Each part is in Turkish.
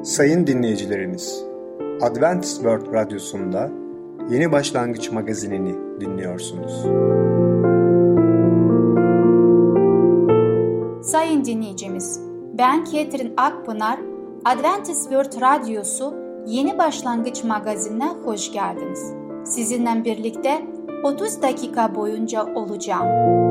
Sayın dinleyicilerimiz, Adventist World Radyosu'nda Yeni Başlangıç Magazinini dinliyorsunuz. Sayın dinleyicimiz, ben Ketrin Akpınar, Adventist World Radyosu Yeni Başlangıç Magazinine hoş geldiniz. Sizinle birlikte 30 dakika boyunca olacağım.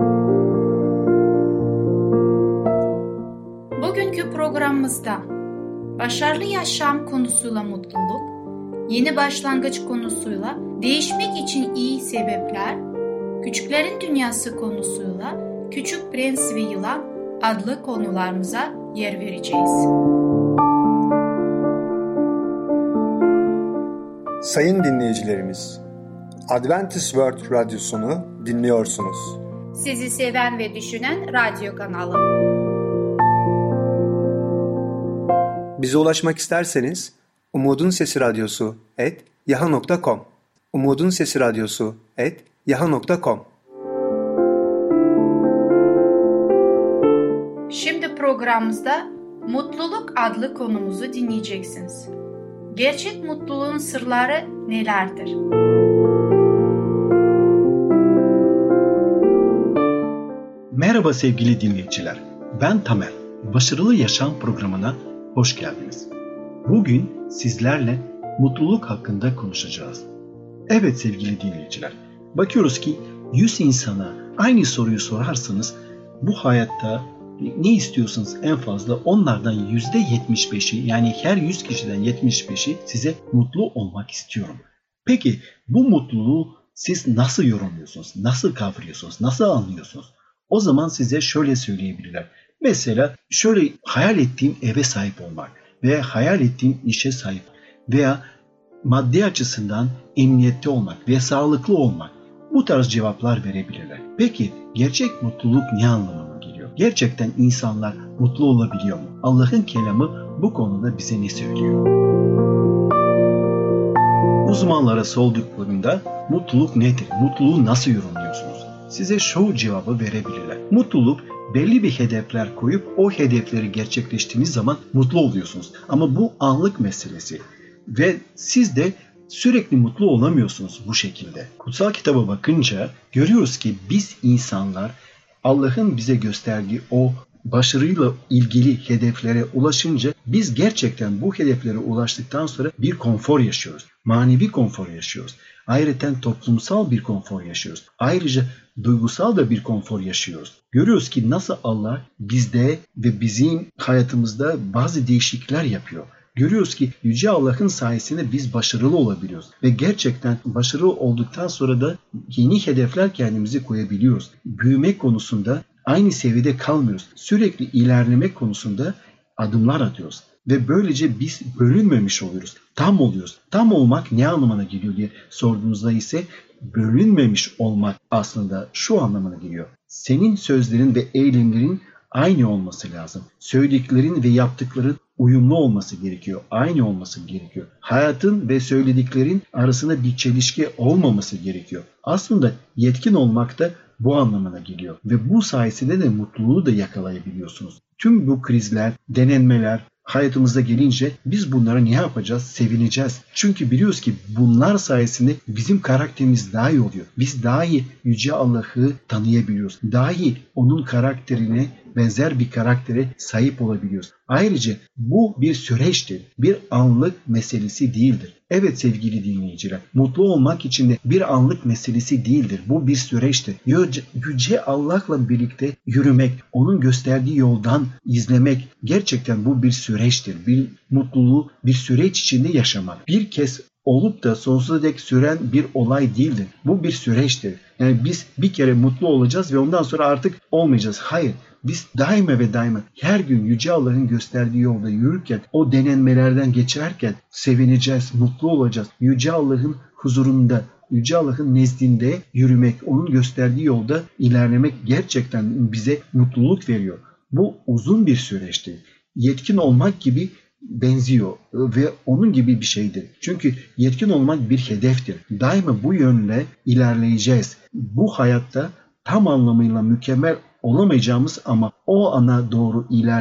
Bugünkü programımızda başarılı yaşam konusuyla mutluluk, yeni başlangıç konusuyla değişmek için iyi sebepler, küçüklerin dünyası konusuyla Küçük Prens ve Yılan adlı konularımıza yer vereceğiz. Sayın dinleyicilerimiz, Adventist World Radyosunu dinliyorsunuz. Sizi seven ve düşünen radyo kanalı. Bize ulaşmak isterseniz umudunsesiradyosu@yahoo.com umudunsesiradyosu@yahoo.com. Şimdi programımızda Mutluluk adlı konumuzu dinleyeceksiniz. Gerçek mutluluğun sırları nelerdir? Merhaba sevgili dinleyiciler, ben Tamer. Başarılı Yaşam programına hoş geldiniz. Bugün sizlerle mutluluk hakkında konuşacağız. Evet sevgili dinleyiciler, bakıyoruz ki 100 insana aynı soruyu sorarsanız bu hayatta ne istiyorsanız en fazla onlardan %75'i, yani her 100 kişiden 75'i size mutlu olmak istiyorum. Peki bu mutluluğu siz nasıl yorumluyorsunuz, nasıl kavruyorsunuz, nasıl anlıyorsunuz? O zaman size şöyle söyleyebilirler. Mesela şöyle hayal ettiğim eve sahip olmak veya hayal ettiğim işe sahip veya maddi açısından emniyette olmak ve sağlıklı olmak, bu tarz cevaplar verebilirler. Peki gerçek mutluluk ne anlamına geliyor? Gerçekten insanlar mutlu olabiliyor mu? Allah'ın kelamı bu konuda bize ne söylüyor? Uzmanlara sorduklarında mutluluk nedir? Mutluluğu nasıl yorumluyorsunuz? Size şu cevabı verebilirler. Mutluluk belli bir hedefler koyup o hedefleri gerçekleştiğiniz zaman mutlu oluyorsunuz. Ama bu anlık meselesi ve siz de sürekli mutlu olamıyorsunuz bu şekilde. Kutsal kitaba bakınca görüyoruz ki biz insanlar Allah'ın bize gösterdiği o başarıyla ilgili hedeflere ulaşınca biz gerçekten bu hedeflere ulaştıktan sonra bir konfor yaşıyoruz. Manevi konfor yaşıyoruz. Ayrıca toplumsal bir konfor yaşıyoruz. Ayrıca duygusal da bir konfor yaşıyoruz. Görüyoruz ki nasıl Allah bizde ve bizim hayatımızda bazı değişiklikler yapıyor. Görüyoruz ki Yüce Allah'ın sayesinde biz başarılı olabiliyoruz. Ve gerçekten başarılı olduktan sonra da yeni hedefler kendimize koyabiliyoruz. Büyümek konusunda aynı seviyede kalmıyoruz. Sürekli ilerlemek konusunda adımlar atıyoruz. Ve böylece biz bölünmemiş oluyoruz. Tam oluyoruz. Tam olmak ne anlamına geliyor diye sorduğunuzda ise bölünmemiş olmak aslında şu anlamına geliyor. Senin sözlerin ve eylemlerin aynı olması lazım. Söylediklerin ve yaptıkların uyumlu olması gerekiyor. Aynı olması gerekiyor. Hayatın ve söylediklerin arasında bir çelişki olmaması gerekiyor. Aslında yetkin olmak da bu anlamına geliyor. Ve bu sayesinde de mutluluğu da yakalayabiliyorsunuz. Tüm bu krizler, denenmeler hayatımıza gelince biz bunlara ne yapacağız? Sevineceğiz. Çünkü biliyoruz ki bunlar sayesinde bizim karakterimiz daha iyi oluyor. Biz daha iyi Yüce Allah'ı tanıyabiliyoruz. Daha iyi onun karakterine benzer bir karaktere sahip olabiliyoruz. Ayrıca bu bir süreçtir. Bir anlık meselesi değildir. Evet sevgili dinleyiciler, mutlu olmak için de bir anlık meselesi değildir. Bu bir süreçtir. Yüce Allah'la birlikte yürümek, onun gösterdiği yoldan izlemek, gerçekten bu bir süreçtir. Bir mutluluğu bir süreç içinde yaşamak. Bir kez olup da sonsuza dek süren bir olay değildir. Bu bir süreçtir. Yani biz bir kere mutlu olacağız ve ondan sonra artık olmayacağız. Hayır. Biz daima ve daima her gün Yüce Allah'ın gösterdiği yolda yürürken, o denenmelerden geçerken sevineceğiz, mutlu olacağız. Yüce Allah'ın huzurunda, Yüce Allah'ın nezdinde yürümek, onun gösterdiği yolda ilerlemek gerçekten bize mutluluk veriyor. Bu uzun bir süreçtir. Yetkin olmak gibi benziyor ve onun gibi bir şeydir. Çünkü yetkin olmak bir hedeftir. Daima bu yönle ilerleyeceğiz. Bu hayatta tam anlamıyla mükemmel olamayacağımız ama o ana doğru ilerleyip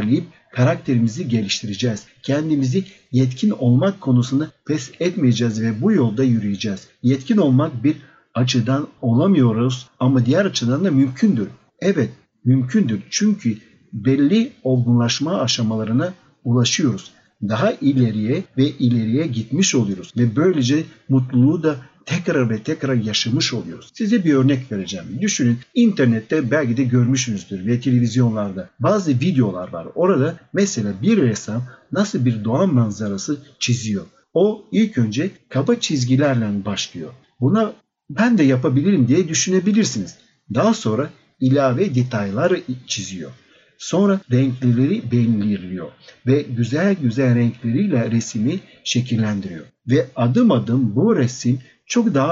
Karakterimizi geliştireceğiz. Kendimizi yetkin olmak konusunda pes etmeyeceğiz ve bu yolda yürüyeceğiz. Yetkin olmak bir açıdan olamıyoruz ama diğer açıdan da mümkündür. Evet, mümkündür. Çünkü belli olgunlaşma aşamalarına ulaşıyoruz. Daha ileriye gitmiş oluyoruz ve böylece mutluluğu da tekrar ve tekrar yaşamış oluyoruz. Size bir örnek vereceğim. Düşünün, internette belki de görmüşsünüzdür ve televizyonlarda bazı videolar var. Orada mesela bir ressam nasıl bir doğa manzarası çiziyor. O ilk önce kaba çizgilerle başlıyor. Buna ben de yapabilirim diye düşünebilirsiniz. Daha sonra ilave detaylar çiziyor. Sonra renkleri belirliyor ve güzel renkleriyle resmi şekillendiriyor. Ve adım adım bu resim çok daha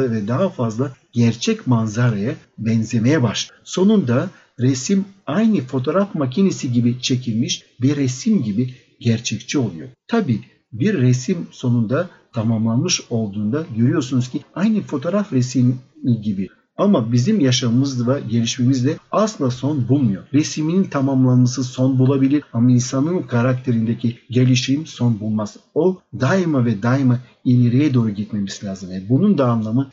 fazla gerçek manzaraya benzemeye başlıyor. Sonunda resim aynı fotoğraf makinesi gibi çekilmiş bir resim gibi gerçekçi oluyor. Tabii bir resim sonunda tamamlanmış olduğunda görüyorsunuz ki aynı fotoğraf resmi gibi. Ama bizim yaşamımız ve gelişmemiz de asla son bulmuyor. Resminin tamamlanması son bulabilir ama insanın karakterindeki gelişim son bulmaz. O daima ileriye doğru gitmemiz lazım. Bunun da anlamı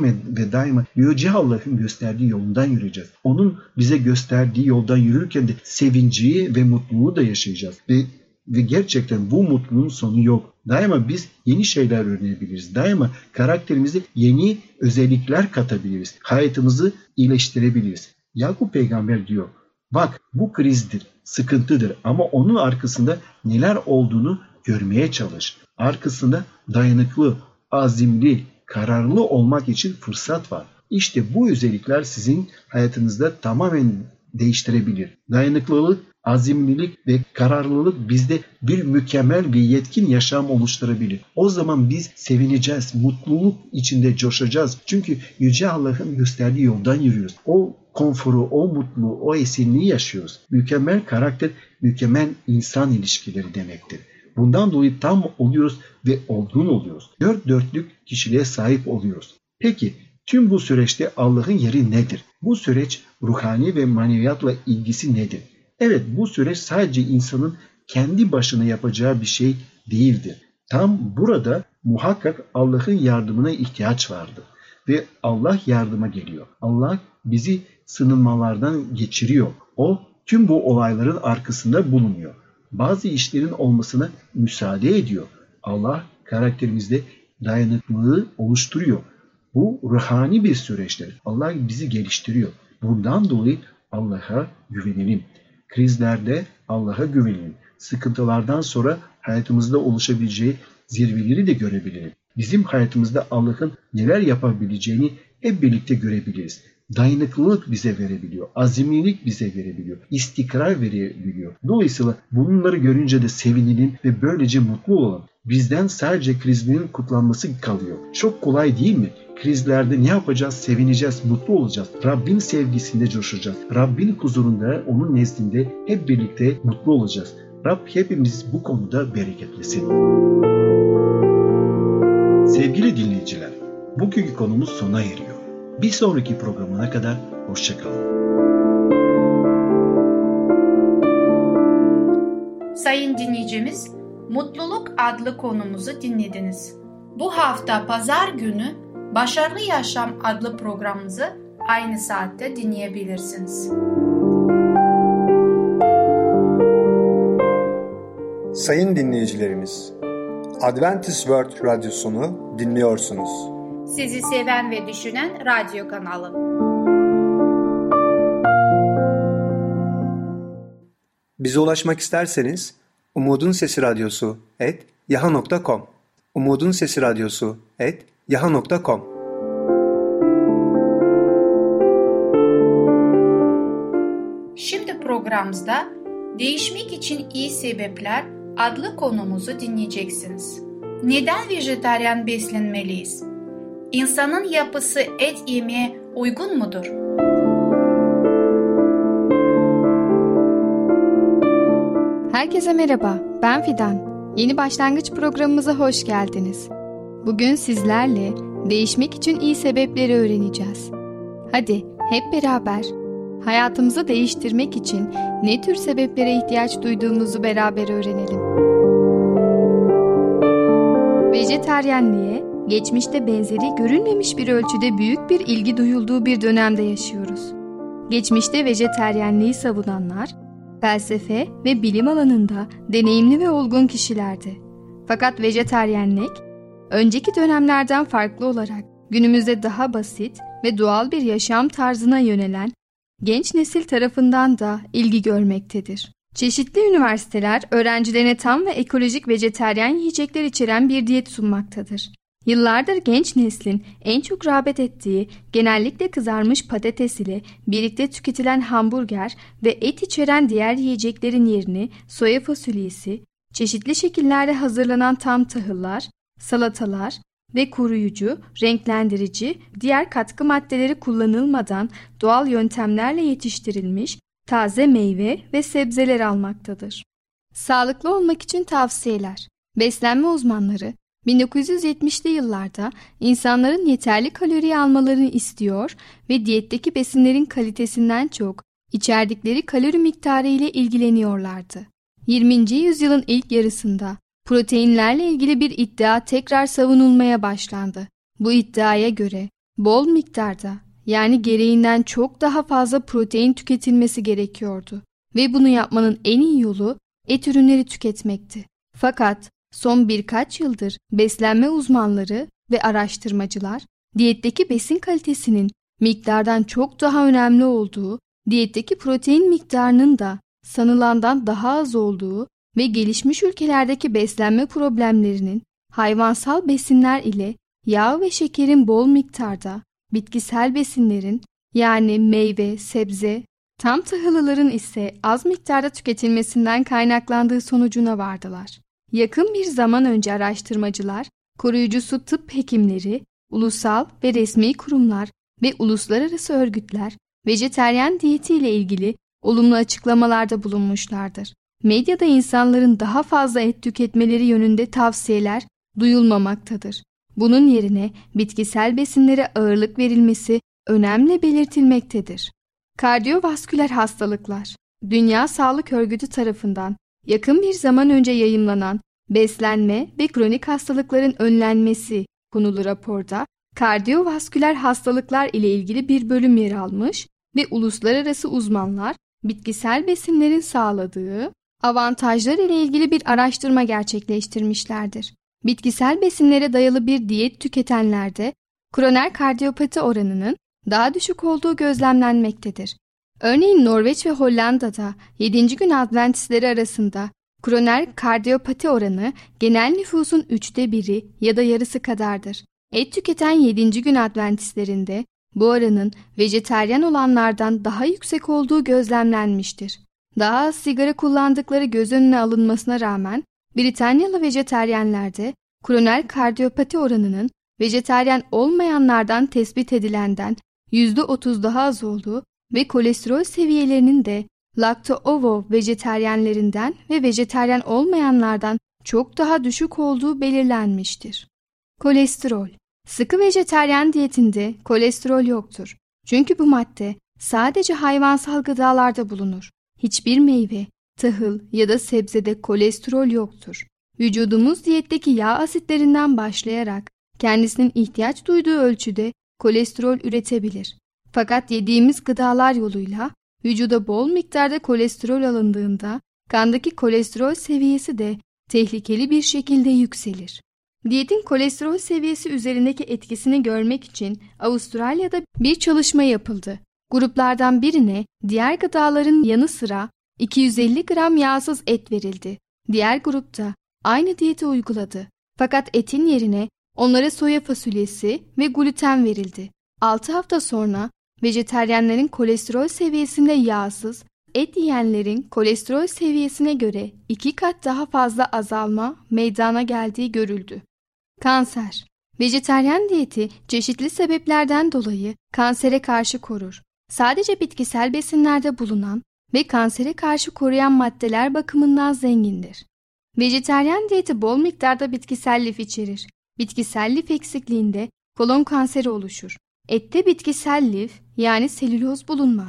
daima Yüce Allah'ın gösterdiği yolundan yürüyeceğiz. Onun bize gösterdiği yoldan yürürken de sevinci ve mutluluğu da yaşayacağız. Ve gerçekten bu mutluluğun sonu yok. Daima biz yeni şeyler öğrenebiliriz. Daima karakterimize yeni özellikler katabiliriz. Hayatımızı iyileştirebiliriz. Yakup peygamber diyor, bak bu krizdir, sıkıntıdır ama onun arkasında neler olduğunu görmeye çalış. Arkasında dayanıklı, azimli, kararlı olmak için fırsat var. İşte bu özellikler sizin hayatınızda tamamen değiştirebilir. Dayanıklılık, azimlilik ve kararlılık bizde bir mükemmel ve yetkin yaşam oluşturabilir. O zaman biz sevineceğiz, mutluluk içinde coşacağız. Çünkü Yüce Allah'ın gösterdiği yoldan yürüyoruz. O konforu, o mutluluğu, o esinliği yaşıyoruz. Mükemmel karakter, mükemmel insan ilişkileri demektir. Bundan dolayı tam oluyoruz ve olgun oluyoruz. Dört dörtlük kişiliğe sahip oluyoruz. Peki tüm bu süreçte Allah'ın yeri nedir? Bu süreç ruhani ve maneviyatla ilgisi nedir? Evet, bu süreç sadece insanın kendi başına yapacağı bir şey değildir. Tam burada muhakkak Allah'ın yardımına ihtiyaç vardır. Ve Allah yardıma geliyor. Allah bizi sınanmalardan geçiriyor. O tüm bu olayların arkasında bulunuyor. Bazı işlerin olmasına müsaade ediyor. Allah karakterimizde dayanıklılığı oluşturuyor. Bu ruhani bir süreçtir. Allah bizi geliştiriyor. Bundan dolayı Allah'a güvenelim. Krizlerde Allah'a güvenelim. Sıkıntılardan sonra hayatımızda oluşabileceği zirveleri de görebilelim. Bizim hayatımızda Allah'ın neler yapabileceğini hep birlikte görebiliriz. Dayanıklılık bize verebiliyor. Azimlilik bize verebiliyor. İstikrar verebiliyor. Dolayısıyla bunları görünce de sevinelim ve böylece mutlu olalım. Bizden sadece krizlerin kutlanması kalıyor. Çok kolay değil mi? Krizlerde ne yapacağız? Sevineceğiz, mutlu olacağız. Rabbin sevgisinde coşacağız. Rabbin huzurunda, onun nezdinde hep birlikte mutlu olacağız. Rab hepimiz bu konuda bereketlesin. Sevgili dinleyiciler, bugünkü konumuz sona eriyor. Bir sonraki programına kadar hoşça kalın. Sayın dinleyicimiz, Mutluluk adlı konumuzu dinlediniz. Bu hafta Pazar günü Başarılı Yaşam adlı programımızı aynı saatte dinleyebilirsiniz. Sayın dinleyicilerimiz, Adventist World Radyosunu dinliyorsunuz. Sizi seven ve düşünen radyo kanalı. Bize ulaşmak isterseniz Umutun Sesi Radyosu @yahoo.com Umutun Sesi Radyosu @yahoo.com. Şimdi programımızda Değişmek için İyi Sebepler adlı konumuzu dinleyeceksiniz. Neden vejetaryen beslenmeliyiz? İnsanın yapısı et yemeye uygun mudur? Herkese merhaba, ben Fidan. Yeni başlangıç programımıza hoş geldiniz. Bugün sizlerle değişmek için iyi sebepleri öğreneceğiz. Hadi hep beraber hayatımızı değiştirmek için ne tür sebeplere ihtiyaç duyduğumuzu beraber öğrenelim. Vejetaryenliğe, geçmişte benzeri görülmemiş bir ölçüde büyük bir ilgi duyulduğu bir dönemde yaşıyoruz. Geçmişte vejetaryenliği savunanlar, felsefe ve bilim alanında deneyimli ve olgun kişilerdi. Fakat vejetaryenlik, önceki dönemlerden farklı olarak günümüzde daha basit ve doğal bir yaşam tarzına yönelen genç nesil tarafından da ilgi görmektedir. Çeşitli üniversiteler öğrencilerine tam ve ekolojik vejetaryen yiyecekler içeren bir diyet sunmaktadır. Yıllardır genç neslin en çok rağbet ettiği genellikle kızarmış patates ile birlikte tüketilen hamburger ve et içeren diğer yiyeceklerin yerini soya fasulyesi, çeşitli şekillerde hazırlanan tam tahıllar, salatalar ve koruyucu, renklendirici, diğer katkı maddeleri kullanılmadan doğal yöntemlerle yetiştirilmiş taze meyve ve sebzeler almaktadır. Sağlıklı olmak için tavsiyeler. Beslenme uzmanları 1970'li yıllarda insanların yeterli kalori almalarını istiyor ve diyetteki besinlerin kalitesinden çok içerdikleri kalori miktarı ile ilgileniyorlardı. 20. yüzyılın ilk yarısında proteinlerle ilgili bir iddia tekrar savunulmaya başlandı. Bu iddiaya göre bol miktarda, yani gereğinden çok daha fazla protein tüketilmesi gerekiyordu ve bunu yapmanın en iyi yolu et ürünleri tüketmekti. Fakat son birkaç yıldır beslenme uzmanları ve araştırmacılar diyetteki besin kalitesinin miktardan çok daha önemli olduğu, diyetteki protein miktarının da sanılandan daha az olduğu ve gelişmiş ülkelerdeki beslenme problemlerinin hayvansal besinler ile yağ ve şekerin bol miktarda, bitkisel besinlerin yani meyve, sebze, tam tahılların ise az miktarda tüketilmesinden kaynaklandığı sonucuna vardılar. Yakın bir zaman önce araştırmacılar, koruyucusu tıp hekimleri, ulusal ve resmi kurumlar ve uluslararası örgütler vejetaryen diyeti ile ilgili olumlu açıklamalarda bulunmuşlardır. Medyada insanların daha fazla et tüketmeleri yönünde tavsiyeler duyulmamaktadır. Bunun yerine bitkisel besinlere ağırlık verilmesi önemli belirtilmektedir. Kardiyovasküler hastalıklar, Dünya Sağlık Örgütü tarafından yakın bir zaman önce yayımlanan beslenme ve kronik hastalıkların önlenmesi konulu raporda kardiyovasküler hastalıklar ile ilgili bir bölüm yer almış ve uluslararası uzmanlar bitkisel besinlerin sağladığı avantajlar ile ilgili bir araştırma gerçekleştirmişlerdir. Bitkisel besinlere dayalı bir diyet tüketenlerde koroner kardiyopati oranının daha düşük olduğu gözlemlenmektedir. Örneğin Norveç ve Hollanda'da 7. gün Adventistleri arasında koroner kardiyopati oranı genel nüfusun 1/3 ya da yarısı kadardır. Et tüketen 7. gün Adventistlerinde bu oranın vejetaryen olanlardan daha yüksek olduğu gözlemlenmiştir. Daha az sigara kullandıkları göz önüne alınmasına rağmen Britanyalı vejetaryenlerde koroner kardiyopati oranının vejetaryen olmayanlardan tespit edilenden %30 daha az olduğu ve kolesterol seviyelerinin de lakto-ovo vejetaryenlerinden ve vejetaryen olmayanlardan çok daha düşük olduğu belirlenmiştir. Kolesterol. Sıkı vejetaryen diyetinde kolesterol yoktur. Çünkü bu madde sadece hayvansal gıdalarda bulunur. Hiçbir meyve, tahıl ya da sebzede kolesterol yoktur. Vücudumuz diyetteki yağ asitlerinden başlayarak kendisinin ihtiyaç duyduğu ölçüde kolesterol üretebilir. Fakat yediğimiz gıdalar yoluyla vücuda bol miktarda kolesterol alındığında kandaki kolesterol seviyesi de tehlikeli bir şekilde yükselir. Diyetin kolesterol seviyesi üzerindeki etkisini görmek için Avustralya'da bir çalışma yapıldı. Gruplardan birine diğer gıdaların yanı sıra 250 gram yağsız et verildi. Diğer grupta aynı diyeti uyguladı. Fakat etin yerine onlara soya fasulyesi ve gluten verildi. 6 hafta sonra vejetaryenlerin kolesterol seviyesinde yağsız, et yiyenlerin kolesterol seviyesine göre 2 kat daha fazla azalma meydana geldiği görüldü. Kanser. Vejetaryen diyeti çeşitli sebeplerden dolayı kansere karşı korur. Sadece bitkisel besinlerde bulunan ve kansere karşı koruyan maddeler bakımından zengindir. Vejetaryen diyeti bol miktarda bitkisel lif içerir. Bitkisel lif eksikliğinde kolon kanseri oluşur. Ette bitkisel lif yani selüloz bulunmaz.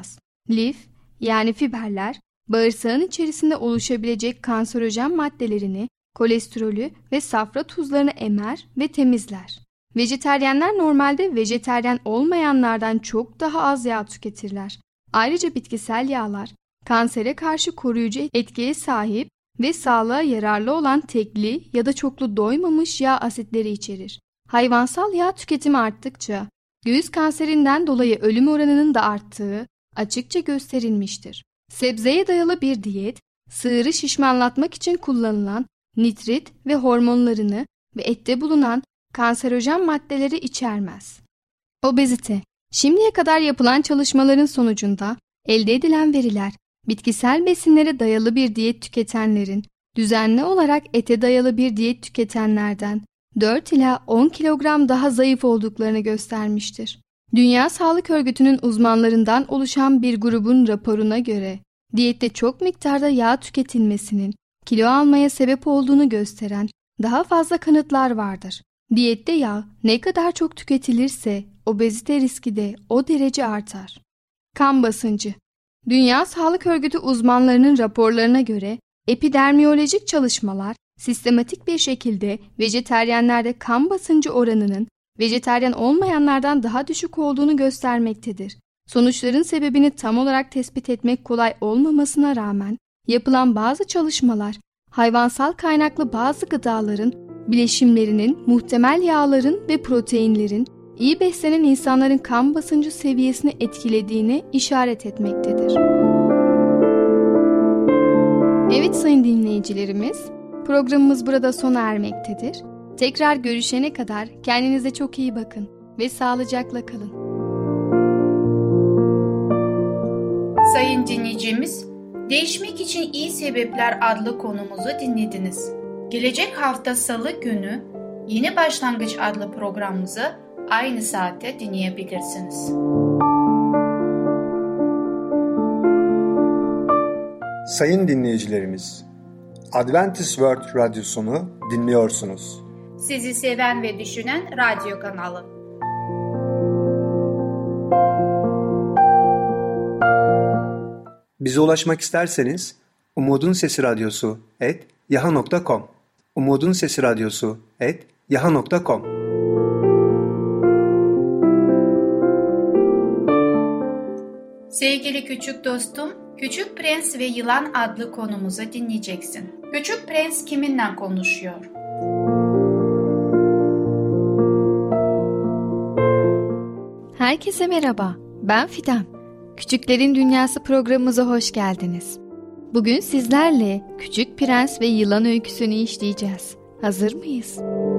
Lif yani fiberler bağırsağın içerisinde oluşabilecek kanserojen maddelerini, kolesterolü ve safra tuzlarını emer ve temizler. Vejeteryenler normalde vejeteryen olmayanlardan çok daha az yağ tüketirler. Ayrıca bitkisel yağlar kansere karşı koruyucu etkiye sahip ve sağlığa yararlı olan tekli ya da çoklu doymamış yağ asitleri içerir. Hayvansal yağ tüketimi arttıkça göğüs kanserinden dolayı ölüm oranının da arttığı açıkça gösterilmiştir. Sebzeye dayalı bir diyet, sığırı şişmanlatmak için kullanılan nitrit ve hormonlarını ve ette bulunan kanserojen maddeleri içermez. Obezite, şimdiye kadar yapılan çalışmaların sonucunda elde edilen veriler, bitkisel besinlere dayalı bir diyet tüketenlerin, düzenli olarak ete dayalı bir diyet tüketenlerden 4 ila 10 kilogram daha zayıf olduklarını göstermiştir. Dünya Sağlık Örgütü'nün uzmanlarından oluşan bir grubun raporuna göre, diyette çok miktarda yağ tüketilmesinin kilo almaya sebep olduğunu gösteren daha fazla kanıtlar vardır. Diyette yağ ne kadar çok tüketilirse obezite riski de o derece artar. Kan basıncı. Dünya Sağlık Örgütü uzmanlarının raporlarına göre epidermiyolojik çalışmalar sistematik bir şekilde vejeteryenlerde kan basıncı oranının vejeteryen olmayanlardan daha düşük olduğunu göstermektedir. Sonuçların sebebini tam olarak tespit etmek kolay olmamasına rağmen yapılan bazı çalışmalar hayvansal kaynaklı bazı gıdaların bileşimlerinin muhtemel yağların ve proteinlerin iyi beslenen insanların kan basıncı seviyesini etkilediğini işaret etmektedir. Evet sayın dinleyicilerimiz, programımız burada sona ermektedir. Tekrar görüşene kadar kendinize çok iyi bakın ve sağlıcakla kalın. Sayın dinleyicimiz, Değişmek için İyi Sebepler adlı konumuzu dinlediniz. Gelecek hafta Salı günü Yeni Başlangıç adlı programımızı aynı saatte dinleyebilirsiniz. Sayın dinleyicilerimiz, Adventist World Radyosunu dinliyorsunuz. Sizi seven ve düşünen radyo kanalı. Bize ulaşmak isterseniz umudunsesiradyosu@yahoo.com umudunsesiradyosu@yahoo.com. Sevgili küçük dostum, Küçük Prens ve Yılan adlı konumuzu dinleyeceksin. Küçük Prens kiminle konuşuyor? Herkese merhaba, ben Fidan. Küçüklerin Dünyası programımıza hoş geldiniz. Bugün sizlerle Küçük Prens ve Yılan öyküsünü işleyeceğiz. Hazır mıyız?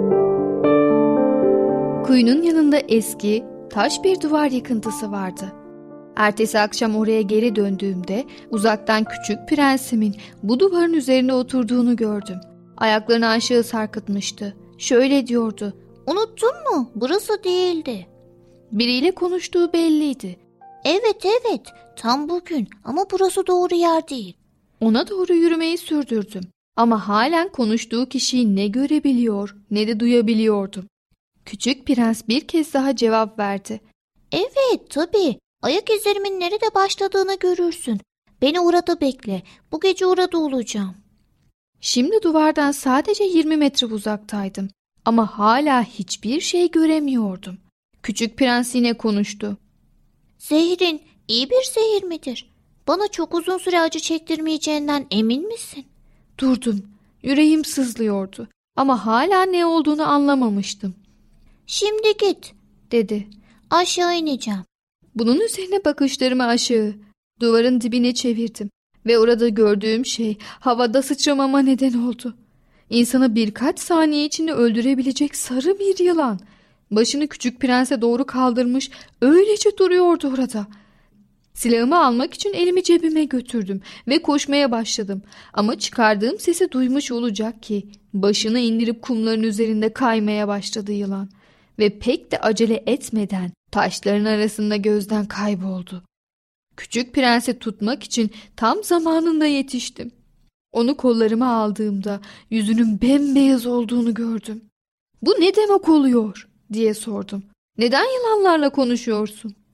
Kuyunun yanında eski, taş bir duvar yıkıntısı vardı. Ertesi akşam oraya geri döndüğümde uzaktan Küçük Prensimin bu duvarın üzerine oturduğunu gördüm. Ayaklarını aşağı sarkıtmıştı. Şöyle diyordu: "Unuttun mu? Burası değildi." Biriyle konuştuğu belliydi. Evet, tam bugün ama burası doğru yer değil. Ona doğru yürümeyi sürdürdüm. Ama halen konuştuğu kişiyi ne görebiliyor ne de duyabiliyordum. Küçük Prens bir kez daha cevap verdi. Evet, tabii. Ayak izlerimin nerede başladığını görürsün. Beni orada bekle. Bu gece orada olacağım. Şimdi duvardan sadece 20 metre uzaktaydım. Ama hala hiçbir şey göremiyordum. Küçük Prens yine konuştu. Zehrin iyi bir zehir midir? Bana çok uzun süre acı çektirmeyeceğinden emin misin? Durdum. Yüreğim sızlıyordu. Ama hala ne olduğunu anlamamıştım. Şimdi git, dedi. Aşağı ineceğim. Bunun üzerine bakışlarımı aşağı, duvarın dibine çevirdim. Ve orada gördüğüm şey havada sıçramama neden oldu. İnsanı birkaç saniye içinde öldürebilecek sarı bir yılan. Başını Küçük Prens'e doğru kaldırmış, öylece duruyordu orada. Silahımı almak için elimi cebime götürdüm ve koşmaya başladım. Ama çıkardığım sesi duymuş olacak ki başını indirip kumların üzerinde kaymaya başladı yılan. Ve pek de acele etmeden taşların arasında gözden kayboldu. Küçük Prens'i tutmak için tam zamanında yetiştim. Onu kollarıma aldığımda yüzünün bembeyaz olduğunu gördüm. "Bu ne demek oluyor?" diye sordum. "Neden yılanlarla konuşuyorsun?"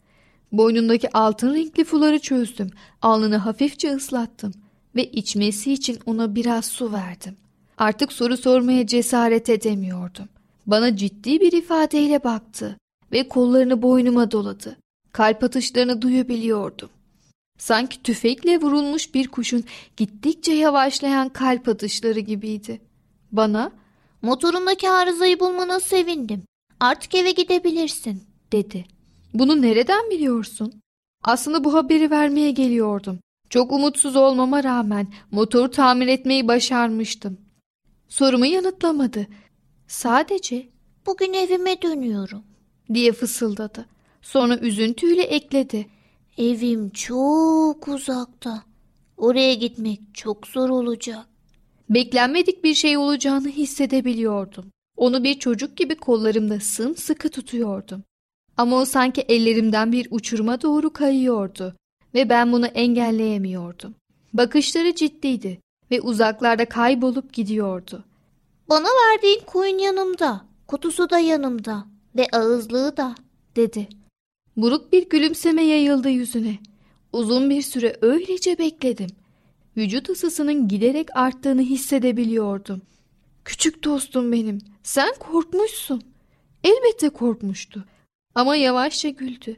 Boynundaki altın renkli fuları çözdüm. Alnını hafifçe ıslattım ve içmesi için ona biraz su verdim. Artık soru sormaya cesaret edemiyordum. Bana ciddi bir ifadeyle baktı ve kollarını boynuma doladı. Kalp atışlarını duyabiliyordum. Sanki tüfekle vurulmuş bir kuşun gittikçe yavaşlayan kalp atışları gibiydi. Bana, "Motorundaki arızayı bulmana sevindim. Artık eve gidebilirsin," dedi. "Bunu nereden biliyorsun?" Aslında bu haberi vermeye geliyordum. Çok umutsuz olmama rağmen motoru tamir etmeyi başarmıştım. Sorumu yanıtlamadı. Sadece "Bugün evime dönüyorum," diye fısıldadı. Sonra üzüntüyle ekledi. "Evim çok uzakta. Oraya gitmek çok zor olacak." Beklenmedik bir şey olacağını hissedebiliyordum. Onu bir çocuk gibi kollarımda sımsıkı tutuyordum. Ama o sanki ellerimden bir uçuruma doğru kayıyordu ve ben bunu engelleyemiyordum. Bakışları ciddiydi ve uzaklarda kaybolup gidiyordu. "Bana verdiğin koyun yanımda, kutusu da yanımda ve ağızlığı da," dedi. Buruk bir gülümseme yayıldı yüzüne. Uzun bir süre öylece bekledim. Vücut ısısının giderek arttığını hissedebiliyordum. "Küçük dostum benim, sen korkmuşsun." Elbette korkmuştu ama yavaşça güldü.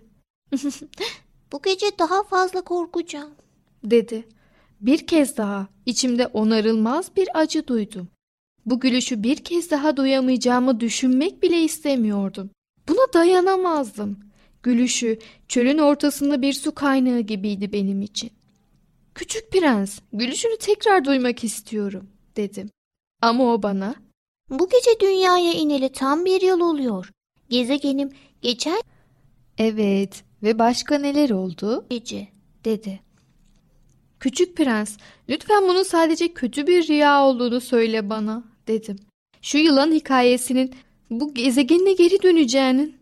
"Bu gece daha fazla korkacağım," dedi. Bir kez daha içimde onarılmaz bir acı duydum. Bu gülüşü bir kez daha duyamayacağımı düşünmek bile istemiyordum. Buna dayanamazdım. Gülüşü çölün ortasında bir su kaynağı gibiydi benim için. "Küçük prens, gülüşünü tekrar duymak istiyorum," dedim. Ama o bana, "Bu gece dünyaya ineli tam bir yıl oluyor. Gezegenim geçen "Evet, ve başka neler oldu?" gece," dedi. "Küçük prens, lütfen bunun sadece kötü bir rüya olduğunu söyle bana," dedim. "Şu yılan hikayesinin bu gezegenine geri döneceğinin."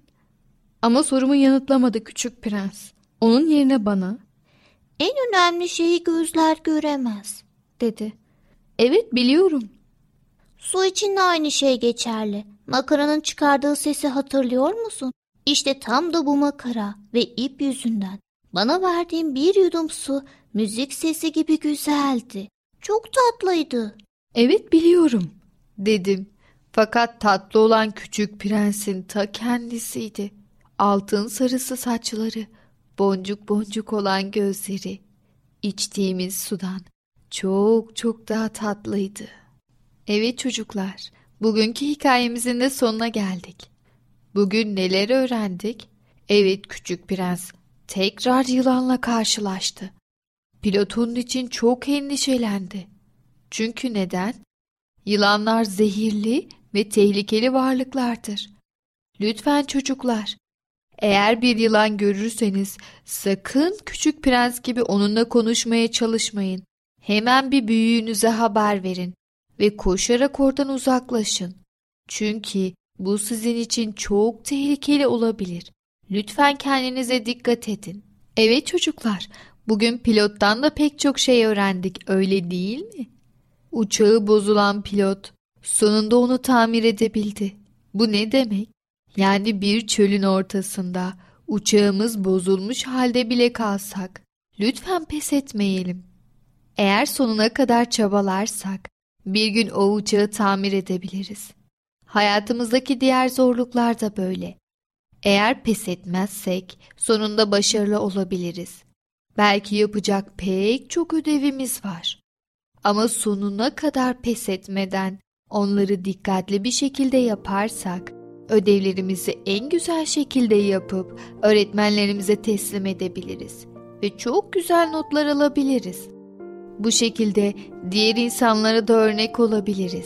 Ama sorumu yanıtlamadı küçük prens. Onun yerine bana, "En önemli şeyi gözler göremez," dedi. "Evet, biliyorum." "Su için de aynı şey geçerli. Makaranın çıkardığı sesi hatırlıyor musun? İşte tam da bu makara ve ip yüzünden bana verdiğin bir yudum su müzik sesi gibi güzeldi. Çok tatlıydı." "Evet, biliyorum," dedim. Fakat tatlı olan küçük prensin ta kendisiydi. Altın sarısı saçları, boncuk boncuk olan gözleri, içtiğimiz sudan çok çok daha tatlıydı. Evet çocuklar, bugünkü hikayemizin de sonuna geldik. Bugün neler öğrendik? Evet, küçük prens tekrar yılanla karşılaştı. Pilot onun için çok endişelendi. Çünkü neden? Yılanlar zehirli ve tehlikeli varlıklardır. Lütfen çocuklar, eğer bir yılan görürseniz sakın küçük prens gibi onunla konuşmaya çalışmayın. Hemen bir büyüğünüze haber verin ve koşarak oradan uzaklaşın. Çünkü bu sizin için çok tehlikeli olabilir. Lütfen kendinize dikkat edin. Evet çocuklar, bugün pilottan da pek çok şey öğrendik, öyle değil mi? Uçağı bozulan pilot sonunda onu tamir edebildi. Bu ne demek? Yani bir çölün ortasında uçağımız bozulmuş halde bile kalsak lütfen pes etmeyelim. Eğer sonuna kadar çabalarsak bir gün o uçağı tamir edebiliriz. Hayatımızdaki diğer zorluklar da böyle. Eğer pes etmezsek sonunda başarılı olabiliriz. Belki yapacak pek çok ödevimiz var. Ama sonuna kadar pes etmeden onları dikkatli bir şekilde yaparsak ödevlerimizi en güzel şekilde yapıp öğretmenlerimize teslim edebiliriz ve çok güzel notlar alabiliriz. Bu şekilde diğer insanlara da örnek olabiliriz.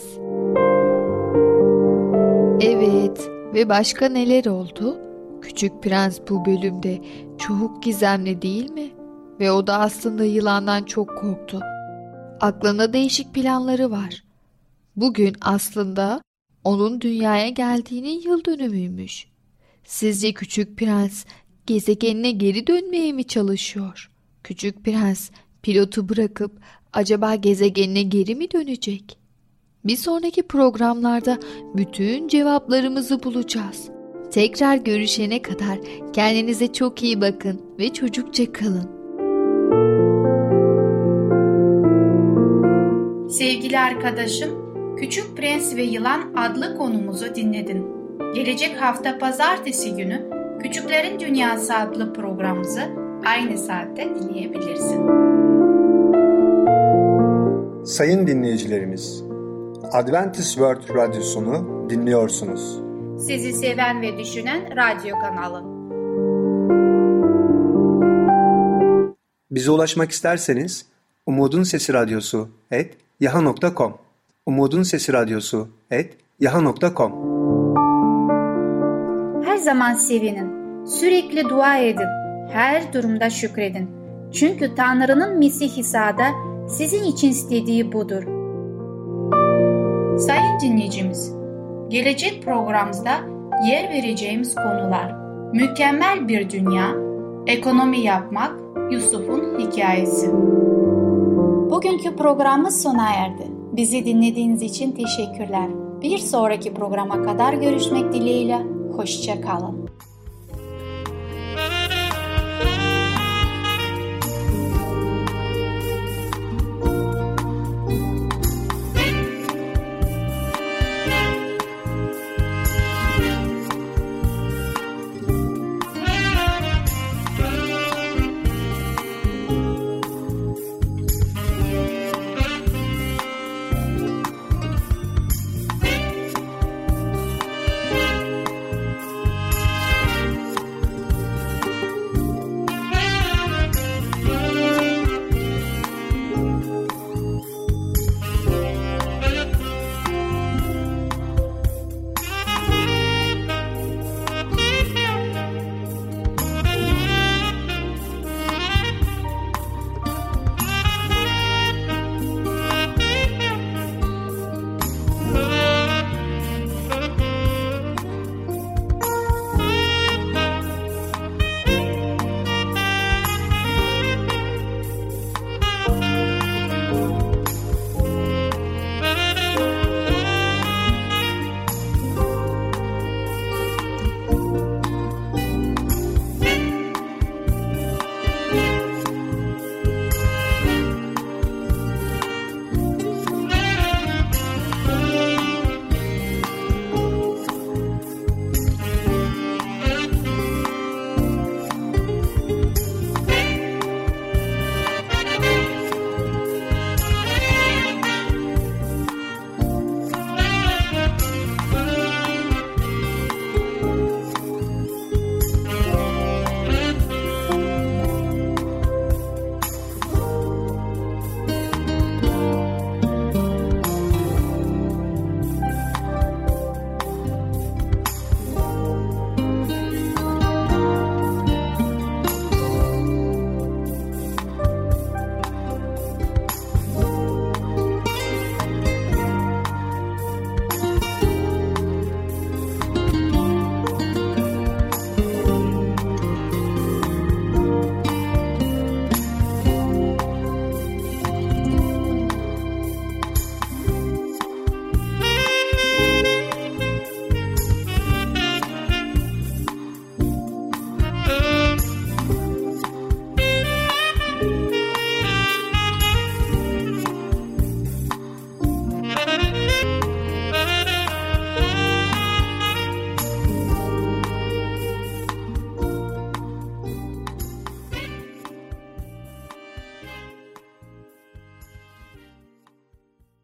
Evet, ve başka neler oldu? Küçük Prens bu bölümde çok gizemli değil mi? Ve o da aslında yılandan çok korktu. Aklında değişik planları var. Bugün aslında onun dünyaya geldiğinin yıl dönümüymüş. Sizce Küçük Prens gezegenine geri dönmeye mi çalışıyor? Küçük Prens pilotu bırakıp acaba gezegenine geri mi dönecek? Bir sonraki programlarda bütün cevaplarımızı bulacağız. Tekrar görüşene kadar kendinize çok iyi bakın ve çocukça kalın. Sevgili arkadaşım, Küçük Prens ve Yılan adlı konumuzu dinledin. Gelecek hafta pazartesi günü Küçüklerin Dünyası adlı programımızı aynı saatte dinleyebilirsin. Sayın dinleyicilerimiz, Adventist World Radyosunu dinliyorsunuz. Sizi seven ve düşünen radyo kanalı. Bize ulaşmak isterseniz umudunsesiradyosu@yahoo.com umudunsesiradyosu@yahoo.com. Her zaman sevinin, sürekli dua edin, her durumda şükredin. Çünkü Tanrı'nın Mesih İsa'da sizin için istediği budur. Sayın dinleyicimiz, gelecek programımızda yer vereceğimiz konular: mükemmel bir dünya, ekonomi yapmak, Yusuf'un hikayesi. Bugünkü programımız sona erdi. Bizi dinlediğiniz için teşekkürler. Bir sonraki programa kadar görüşmek dileğiyle, hoşça kalın.